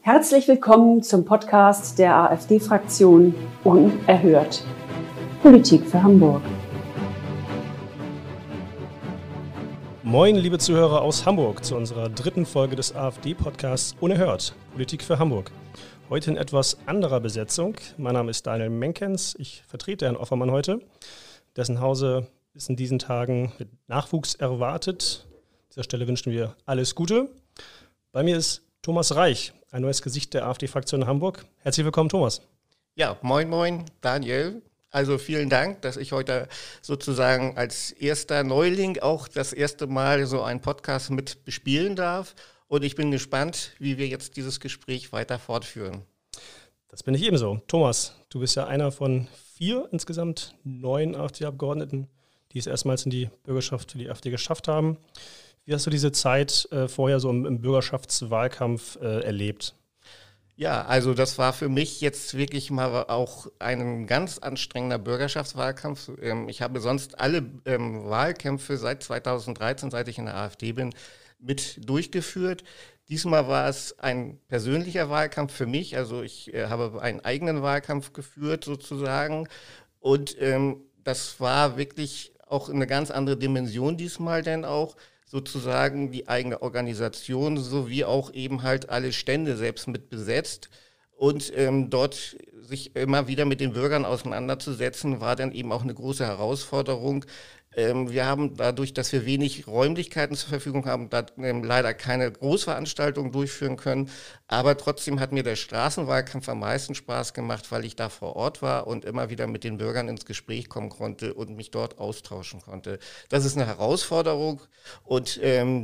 Herzlich willkommen zum Podcast der AfD-Fraktion Unerhört. Politik für Hamburg. Moin, liebe Zuhörer aus Hamburg, zu unserer dritten Folge des AfD-Podcasts Unerhört. Politik für Hamburg. Heute in etwas anderer Besetzung. Mein Name ist Daniel Menkens. Ich vertrete Herrn Offermann heute. Dessen Hause ist in diesen Tagen mit Nachwuchs erwartet. An dieser Stelle wünschen wir alles Gute. Bei mir ist Thomas Reich, ein neues Gesicht der AfD-Fraktion in Hamburg. Herzlich willkommen, Thomas. Ja, moin, Daniel. Also vielen Dank, dass ich heute sozusagen als erster Neuling auch das erste Mal so einen Podcast mit bespielen darf. Und ich bin gespannt, wie wir jetzt dieses Gespräch weiter fortführen. Das bin ich ebenso. Thomas, du bist ja einer von 4 insgesamt 9 AfD-Abgeordneten, die es erstmals in die Bürgerschaft für die AfD geschafft haben. Wie hast du diese Zeit vorher so im Bürgerschaftswahlkampf erlebt? Ja, also das war für mich jetzt wirklich mal auch ein ganz anstrengender Bürgerschaftswahlkampf. Ich habe sonst alle Wahlkämpfe seit 2013, seit ich in der AfD bin, mit durchgeführt. Diesmal war es ein persönlicher Wahlkampf für mich. Also ich habe einen eigenen Wahlkampf geführt sozusagen. Und das war wirklich auch eine ganz andere Dimension diesmal denn auch. Sozusagen die eigene Organisation sowie auch eben halt alle Stände selbst mit besetzt. Und dort sich immer wieder mit den Bürgern auseinanderzusetzen, war dann eben auch eine große Herausforderung. Wir haben dadurch, dass wir wenig Räumlichkeiten zur Verfügung haben, leider keine Großveranstaltungen durchführen können. Aber trotzdem hat mir der Straßenwahlkampf am meisten Spaß gemacht, weil ich da vor Ort war und immer wieder mit den Bürgern ins Gespräch kommen konnte und mich dort austauschen konnte. Das ist eine Herausforderung und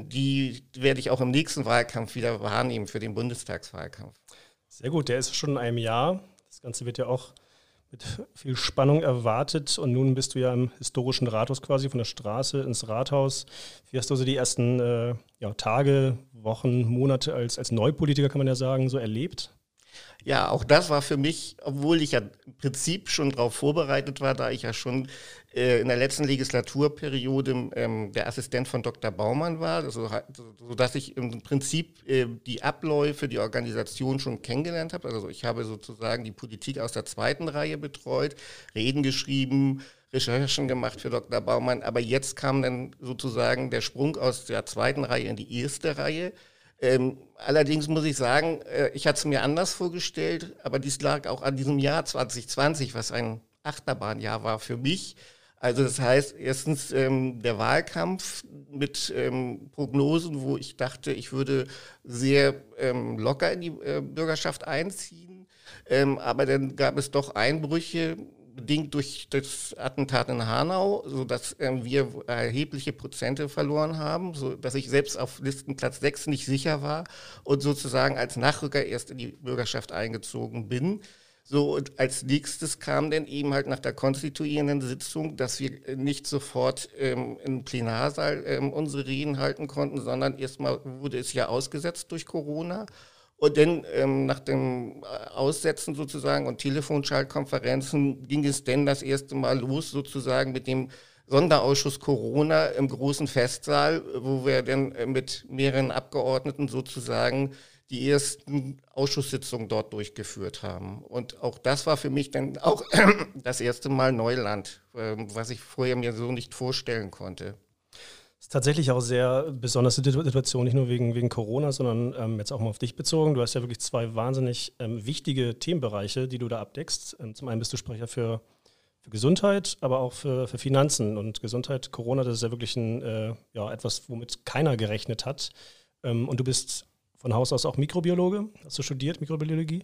die werde ich auch im nächsten Wahlkampf wieder wahrnehmen für den Bundestagswahlkampf. Sehr gut, der ist schon in einem Jahr. Das Ganze wird ja auch mit viel Spannung erwartet und nun bist du ja im historischen Rathaus quasi, von der Straße ins Rathaus. Wie hast du so die ersten Tage, Wochen, Monate als Neupolitiker, kann man ja sagen, so erlebt? Ja, auch das war für mich, obwohl ich ja im Prinzip schon darauf vorbereitet war, da ich ja schon in der letzten Legislaturperiode der Assistent von Dr. Baumann war, sodass ich im Prinzip die Abläufe, die Organisation schon kennengelernt habe. Also ich habe sozusagen die Politik aus der zweiten Reihe betreut, Reden geschrieben, Recherchen gemacht für Dr. Baumann, aber jetzt kam dann sozusagen der Sprung aus der zweiten Reihe in die erste Reihe. Allerdings muss ich sagen, ich hatte es mir anders vorgestellt, aber dies lag auch an diesem Jahr 2020, was ein Achterbahnjahr war für mich. Also das heißt, erstens der Wahlkampf mit Prognosen, wo ich dachte, ich würde sehr locker in die Bürgerschaft einziehen, aber dann gab es doch Einbrüche, bedingt durch das Attentat in Hanau, sodass wir erhebliche Prozente verloren haben, sodass ich selbst auf Listenplatz 6 nicht sicher war und sozusagen als Nachrücker erst in die Bürgerschaft eingezogen bin. So, und als nächstes kam dann eben halt nach der konstituierenden Sitzung, dass wir nicht sofort im Plenarsaal unsere Reden halten konnten, sondern erstmal wurde es ja ausgesetzt durch Corona. Und dann nach dem Aussetzen sozusagen und Telefonschaltkonferenzen ging es dann das erste Mal los sozusagen mit dem Sonderausschuss Corona im großen Festsaal, wo wir dann mit mehreren Abgeordneten sozusagen die ersten Ausschusssitzungen dort durchgeführt haben. Und auch das war für mich dann auch das erste Mal Neuland, was ich vorher mir so nicht vorstellen konnte. Das ist tatsächlich auch sehr besondere Situation, nicht nur wegen Corona, sondern jetzt auch mal auf dich bezogen. Du hast ja wirklich 2 wahnsinnig wichtige Themenbereiche, die du da abdeckst. Zum einen bist du Sprecher für Gesundheit, aber auch für Finanzen. Und Gesundheit, Corona, das ist ja wirklich etwas, womit keiner gerechnet hat. Und du bist von Haus aus auch Mikrobiologe, hast du studiert, Mikrobiologie,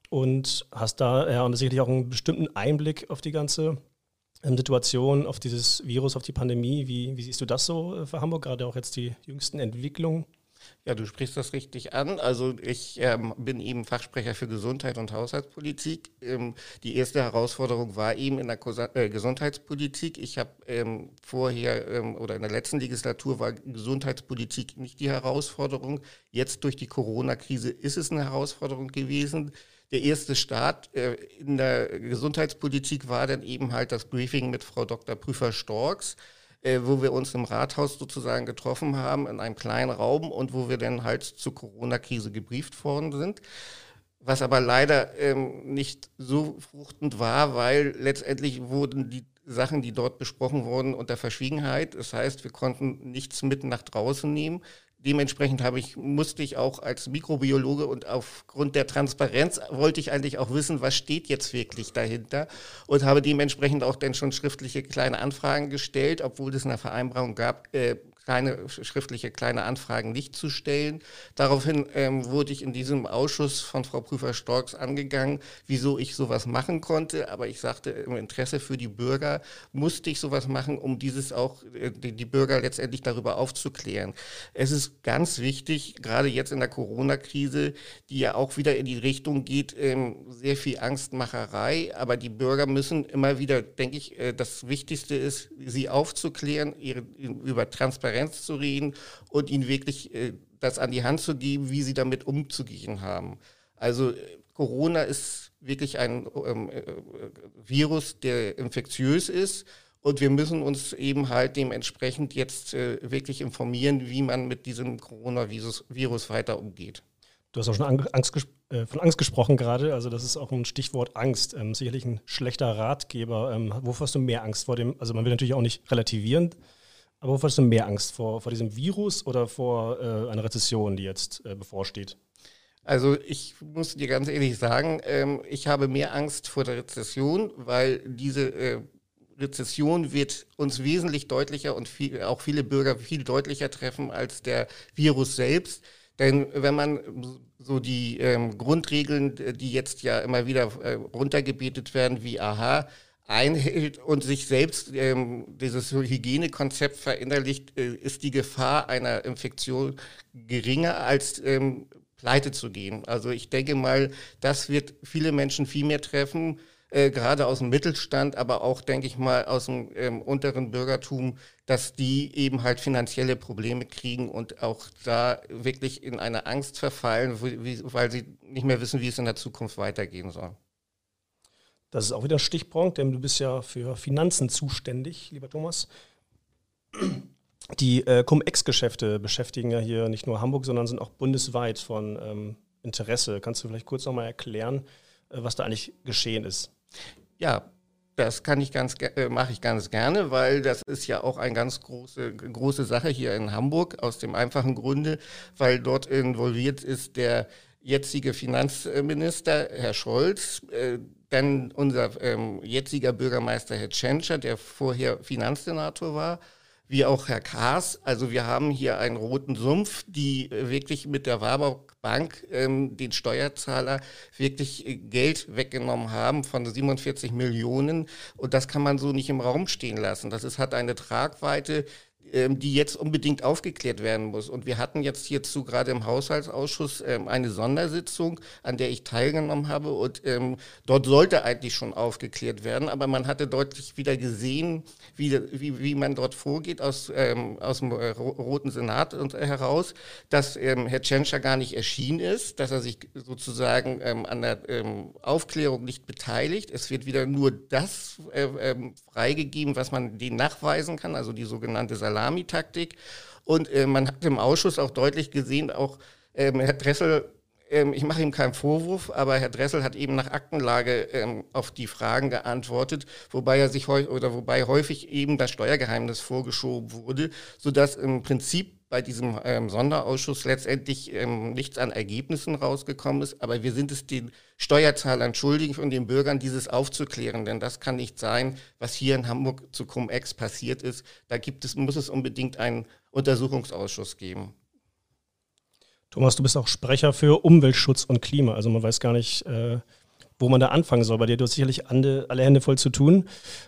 und hast da und sicherlich auch einen bestimmten Einblick auf die ganze Situation, auf dieses Virus, auf die Pandemie. Wie siehst du das so für Hamburg, gerade auch jetzt die jüngsten Entwicklungen? Ja, du sprichst das richtig an. Also ich bin eben Fachsprecher für Gesundheit und Haushaltspolitik. Die erste Herausforderung war eben in der Gesundheitspolitik. Ich habe vorher oder in der letzten Legislatur war Gesundheitspolitik nicht die Herausforderung. Jetzt durch die Corona-Krise ist es eine Herausforderung gewesen. Der erste Start in der Gesundheitspolitik war dann eben halt das Briefing mit Frau Dr. Prüfer-Storks. wo wir uns im Rathaus sozusagen getroffen haben, in einem kleinen Raum und wo wir dann halt zur Corona-Krise gebrieft worden sind. Was aber leider nicht so fruchtend war, weil letztendlich wurden die Sachen, die dort besprochen wurden, unter Verschwiegenheit. Das heißt, wir konnten nichts mit nach draußen nehmen. Dementsprechend musste ich auch als Mikrobiologe und aufgrund der Transparenz wollte ich eigentlich auch wissen, was steht jetzt wirklich dahinter und habe dementsprechend auch dann schon schriftliche kleine Anfragen gestellt, obwohl es eine Vereinbarung gab, schriftliche kleine Anfragen nicht zu stellen. Daraufhin wurde ich in diesem Ausschuss von Frau Prüfer-Storks angegangen, wieso ich sowas machen konnte. Aber ich sagte, im Interesse für die Bürger musste ich sowas machen, um die Bürger letztendlich darüber aufzuklären. Es ist ganz wichtig, gerade jetzt in der Corona-Krise, die ja auch wieder in die Richtung geht, sehr viel Angstmacherei. Aber die Bürger müssen immer wieder, denke ich, das Wichtigste ist, sie aufzuklären, über Transparenz zu reden und ihnen wirklich das an die Hand zu geben, wie sie damit umzugehen haben. Also Corona ist wirklich ein Virus, der infektiös ist und wir müssen uns eben halt dementsprechend jetzt wirklich informieren, wie man mit diesem Coronavirus weiter umgeht. Du hast auch schon von Angst gesprochen gerade, also das ist auch ein Stichwort Angst, sicherlich ein schlechter Ratgeber. Wovor hast du mehr Angst vor dem, also man will natürlich auch nicht relativieren, aber wovor hast du mehr Angst? Vor diesem Virus oder vor einer Rezession, die jetzt bevorsteht? Also ich muss dir ganz ehrlich sagen, ich habe mehr Angst vor der Rezession, weil diese Rezession wird uns wesentlich deutlicher und auch viele Bürger viel deutlicher treffen als der Virus selbst. Denn wenn man so die Grundregeln, die jetzt ja immer wieder runtergebetet werden, wie AHA, einhält und sich selbst dieses Hygienekonzept verinnerlicht, ist die Gefahr einer Infektion geringer als pleite zu gehen. Also ich denke mal, das wird viele Menschen viel mehr treffen, gerade aus dem Mittelstand, aber auch, denke ich mal, aus dem unteren Bürgertum, dass die eben halt finanzielle Probleme kriegen und auch da wirklich in eine Angst verfallen, weil sie nicht mehr wissen, wie es in der Zukunft weitergehen soll. Das ist auch wieder ein Stichpunkt, denn du bist ja für Finanzen zuständig, lieber Thomas. Die Cum-Ex-Geschäfte beschäftigen ja hier nicht nur Hamburg, sondern sind auch bundesweit von Interesse. Kannst du vielleicht kurz nochmal erklären, was da eigentlich geschehen ist? Ja, das mache ich ganz gerne, weil das ist ja auch eine ganz große Sache hier in Hamburg, aus dem einfachen Grunde, weil dort involviert ist der jetzige Finanzminister, Herr Scholz, dann unser jetziger Bürgermeister, Herr Tschentscher, der vorher Finanzsenator war, wie auch Herr Kaas. Also wir haben hier einen roten Sumpf, die wirklich mit der Warburg Bank den Steuerzahler wirklich Geld weggenommen haben von 47 Millionen. Und das kann man so nicht im Raum stehen lassen. Hat eine Tragweite, die jetzt unbedingt aufgeklärt werden muss. Und wir hatten jetzt hierzu gerade im Haushaltsausschuss eine Sondersitzung, an der ich teilgenommen habe. Und dort sollte eigentlich schon aufgeklärt werden. Aber man hatte deutlich wieder gesehen, wie man dort vorgeht aus dem Roten Senat heraus, dass Herr Tschentscher gar nicht erschienen ist, dass er sich sozusagen an der Aufklärung nicht beteiligt. Es wird wieder nur das freigegeben, was man denen nachweisen kann, also die sogenannte Salamitaktik. Und man hat im Ausschuss auch deutlich gesehen, auch Herr Dressel, ich mache ihm keinen Vorwurf, aber Herr Dressel hat eben nach Aktenlage auf die Fragen geantwortet, wobei häufig eben das Steuergeheimnis vorgeschoben wurde, sodass im Prinzip bei diesem Sonderausschuss letztendlich nichts an Ergebnissen rausgekommen ist. Aber wir sind es den Steuerzahlern schuldig und den Bürgern, dieses aufzuklären. Denn das kann nicht sein, was hier in Hamburg zu Cum-Ex passiert ist. Da muss es unbedingt einen Untersuchungsausschuss geben. Thomas, du bist auch Sprecher für Umweltschutz und Klima. Also man weiß gar nicht, wo man da anfangen soll. Bei dir, du hast sicherlich alle Hände voll zu tun.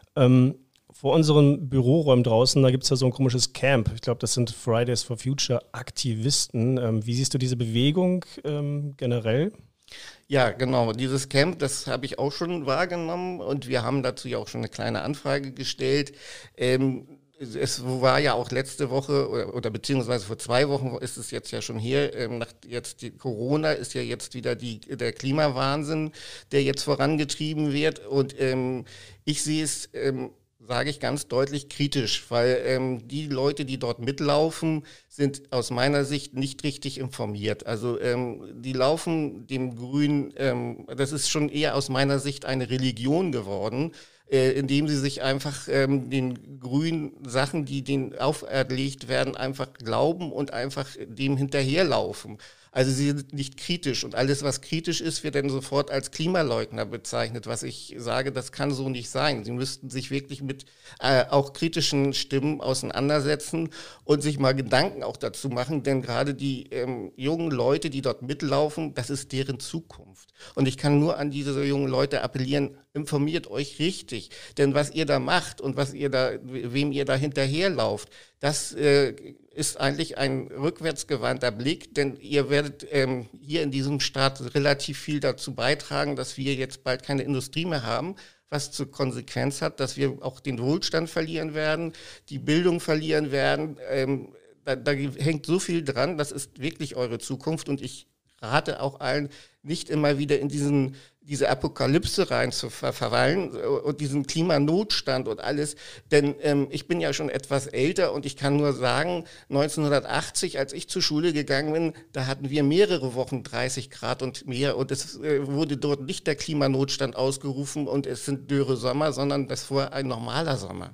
Vor unseren Büroräumen draußen, da gibt es ja so ein komisches Camp. Ich glaube, das sind Fridays for Future Aktivisten. Wie siehst du diese Bewegung generell? Ja, genau. Dieses Camp, das habe ich auch schon wahrgenommen und wir haben dazu ja auch schon eine kleine Anfrage gestellt. Es war ja auch letzte Woche oder beziehungsweise vor 2 Wochen ist es jetzt ja schon hier, Corona ist ja jetzt wieder der Klimawahnsinn, der jetzt vorangetrieben wird und ich sehe es sage ich ganz deutlich kritisch, weil die Leute, die dort mitlaufen, sind aus meiner Sicht nicht richtig informiert. Also die laufen dem Grün, das ist schon eher aus meiner Sicht eine Religion geworden, indem sie sich einfach den grünen Sachen, die denen auferlegt werden, einfach glauben und einfach dem hinterherlaufen. Also sie sind nicht kritisch und alles, was kritisch ist, wird dann sofort als Klimaleugner bezeichnet, was ich sage, das kann so nicht sein. Sie müssten sich wirklich mit auch kritischen Stimmen auseinandersetzen und sich mal Gedanken auch dazu machen, denn gerade die jungen Leute, die dort mitlaufen, das ist deren Zukunft. Und ich kann nur an diese jungen Leute appellieren, informiert euch richtig, denn was ihr da macht und wem ihr da hinterherlauft, das ist eigentlich ein rückwärtsgewandter Blick, denn ihr werdet hier in diesem Staat relativ viel dazu beitragen, dass wir jetzt bald keine Industrie mehr haben, was zur Konsequenz hat, dass wir auch den Wohlstand verlieren werden, die Bildung verlieren werden. Da hängt so viel dran, das ist wirklich eure Zukunft und ich rate auch allen, nicht immer wieder in diese Apokalypse rein zu verfallen und diesen Klimanotstand und alles. Denn ich bin ja schon etwas älter und ich kann nur sagen, 1980, als ich zur Schule gegangen bin, da hatten wir mehrere Wochen 30 Grad und mehr und es wurde dort nicht der Klimanotstand ausgerufen und es sind dürre Sommer, sondern das war ein normaler Sommer.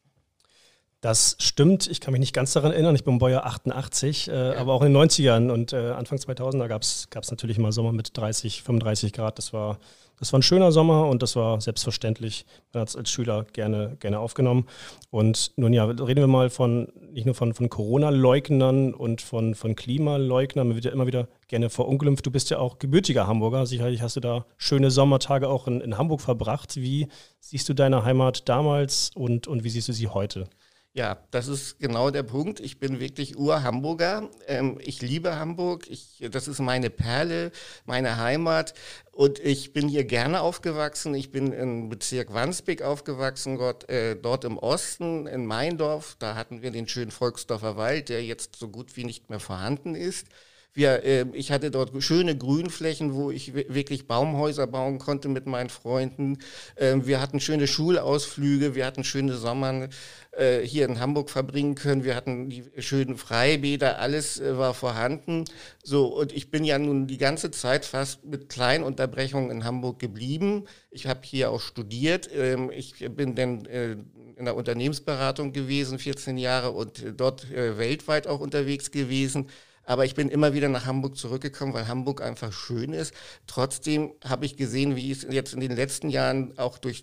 Das stimmt, ich kann mich nicht ganz daran erinnern, ich bin Baujahr 88, aber auch in den 90ern und Anfang 2000er gab es natürlich mal Sommer mit 30, 35 Grad, das war ein schöner Sommer und das war selbstverständlich, man hat es als Schüler gerne aufgenommen. Und nun ja, reden wir mal nicht nur von Corona-Leugnern und von Klimaleugnern, man wird ja immer wieder gerne verunglimpft. Du bist ja auch gebürtiger Hamburger, sicherlich hast du da schöne Sommertage auch in Hamburg verbracht. Wie siehst du deine Heimat damals und wie siehst du sie heute? Ja, das ist genau der Punkt. Ich bin wirklich Ur-Hamburger. Ich liebe Hamburg. Das ist meine Perle, meine Heimat. Und ich bin hier gerne aufgewachsen. Ich bin im Bezirk Wandsbek aufgewachsen, dort im Osten, in Meindorf. Da hatten wir den schönen Volksdorfer Wald, der jetzt so gut wie nicht mehr vorhanden ist. Ich hatte dort schöne Grünflächen, wo ich wirklich Baumhäuser bauen konnte mit meinen Freunden. Wir hatten schöne Schulausflüge, wir hatten schöne Sommer hier in Hamburg verbringen können. Wir hatten die schönen Freibäder, alles war vorhanden. So, und ich bin ja nun die ganze Zeit fast mit kleinen Unterbrechungen in Hamburg geblieben. Ich habe hier auch studiert. Ich bin dann in der Unternehmensberatung gewesen, 14 Jahre und dort weltweit auch unterwegs gewesen. Aber ich bin immer wieder nach Hamburg zurückgekommen, weil Hamburg einfach schön ist. Trotzdem habe ich gesehen, wie es jetzt in den letzten Jahren auch durch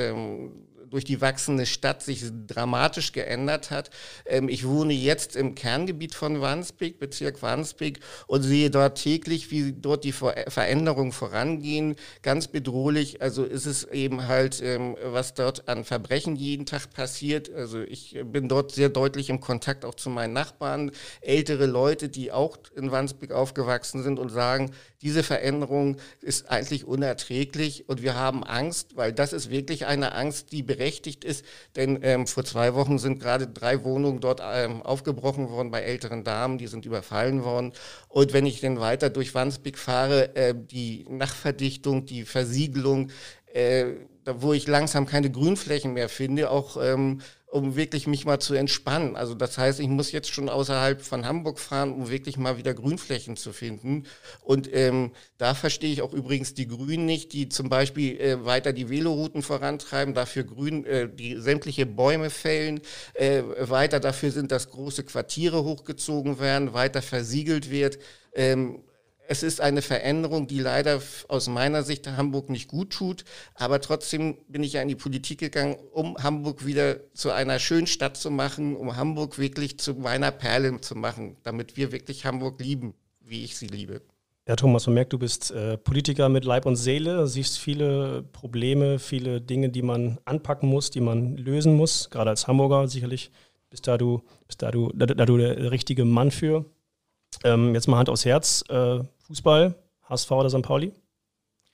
die wachsende Stadt sich dramatisch geändert hat. Ich wohne jetzt im Kerngebiet von Wandsbek, Bezirk Wandsbek, und sehe dort täglich, wie dort die Veränderungen vorangehen. Ganz bedrohlich. Also ist es eben halt, was dort an Verbrechen jeden Tag passiert. Also ich bin dort sehr deutlich im Kontakt auch zu meinen Nachbarn, ältere Leute, die auch in Wandsbek aufgewachsen sind und sagen, diese Veränderung ist eigentlich unerträglich und wir haben Angst, weil das ist wirklich eine Angst, die berechtigt ist, denn vor 2 Wochen sind gerade 3 Wohnungen dort aufgebrochen worden bei älteren Damen, die sind überfallen worden. Und wenn ich dann weiter durch Wandsbek fahre, die Nachverdichtung, die Versiegelung, wo ich langsam keine Grünflächen mehr finde, auch um wirklich mich mal zu entspannen. Also das heißt, ich muss jetzt schon außerhalb von Hamburg fahren, um wirklich mal wieder Grünflächen zu finden. Und da verstehe ich auch übrigens die Grünen nicht, die zum Beispiel weiter die Velorouten vorantreiben, dafür die sämtliche Bäume fällen, weiter dafür sind, dass große Quartiere hochgezogen werden, weiter versiegelt wird. Es ist eine Veränderung, die leider aus meiner Sicht Hamburg nicht gut tut, aber trotzdem bin ich ja in die Politik gegangen, um Hamburg wieder zu einer schönen Stadt zu machen, um Hamburg wirklich zu meiner Perle zu machen, damit wir wirklich Hamburg lieben, wie ich sie liebe. Ja, Thomas, man merkt, du bist Politiker mit Leib und Seele, siehst viele Probleme, viele Dinge, die man anpacken muss, die man lösen muss, gerade als Hamburger sicherlich bist da du der richtige Mann für. Jetzt mal Hand aufs Herz, Fußball, HSV oder St. Pauli?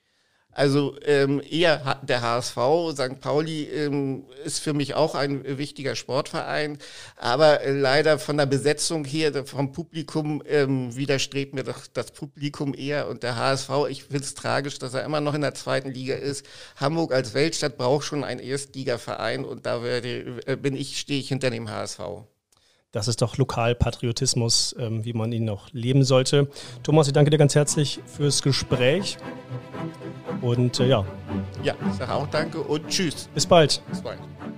Also eher der HSV, St. Pauli ist für mich auch ein wichtiger Sportverein, aber leider von der Besetzung hier, vom Publikum widerstrebt mir doch das Publikum eher und der HSV, ich finde es tragisch, dass er immer noch in der 2. Liga ist. Hamburg als Weltstadt braucht schon einen Erstligaverein und da stehe ich hinter dem HSV. Das ist doch Lokalpatriotismus, wie man ihn auch leben sollte. Thomas, ich danke dir ganz herzlich fürs Gespräch. Und ja. Ja, ich sage auch danke und tschüss. Bis bald. Bis bald.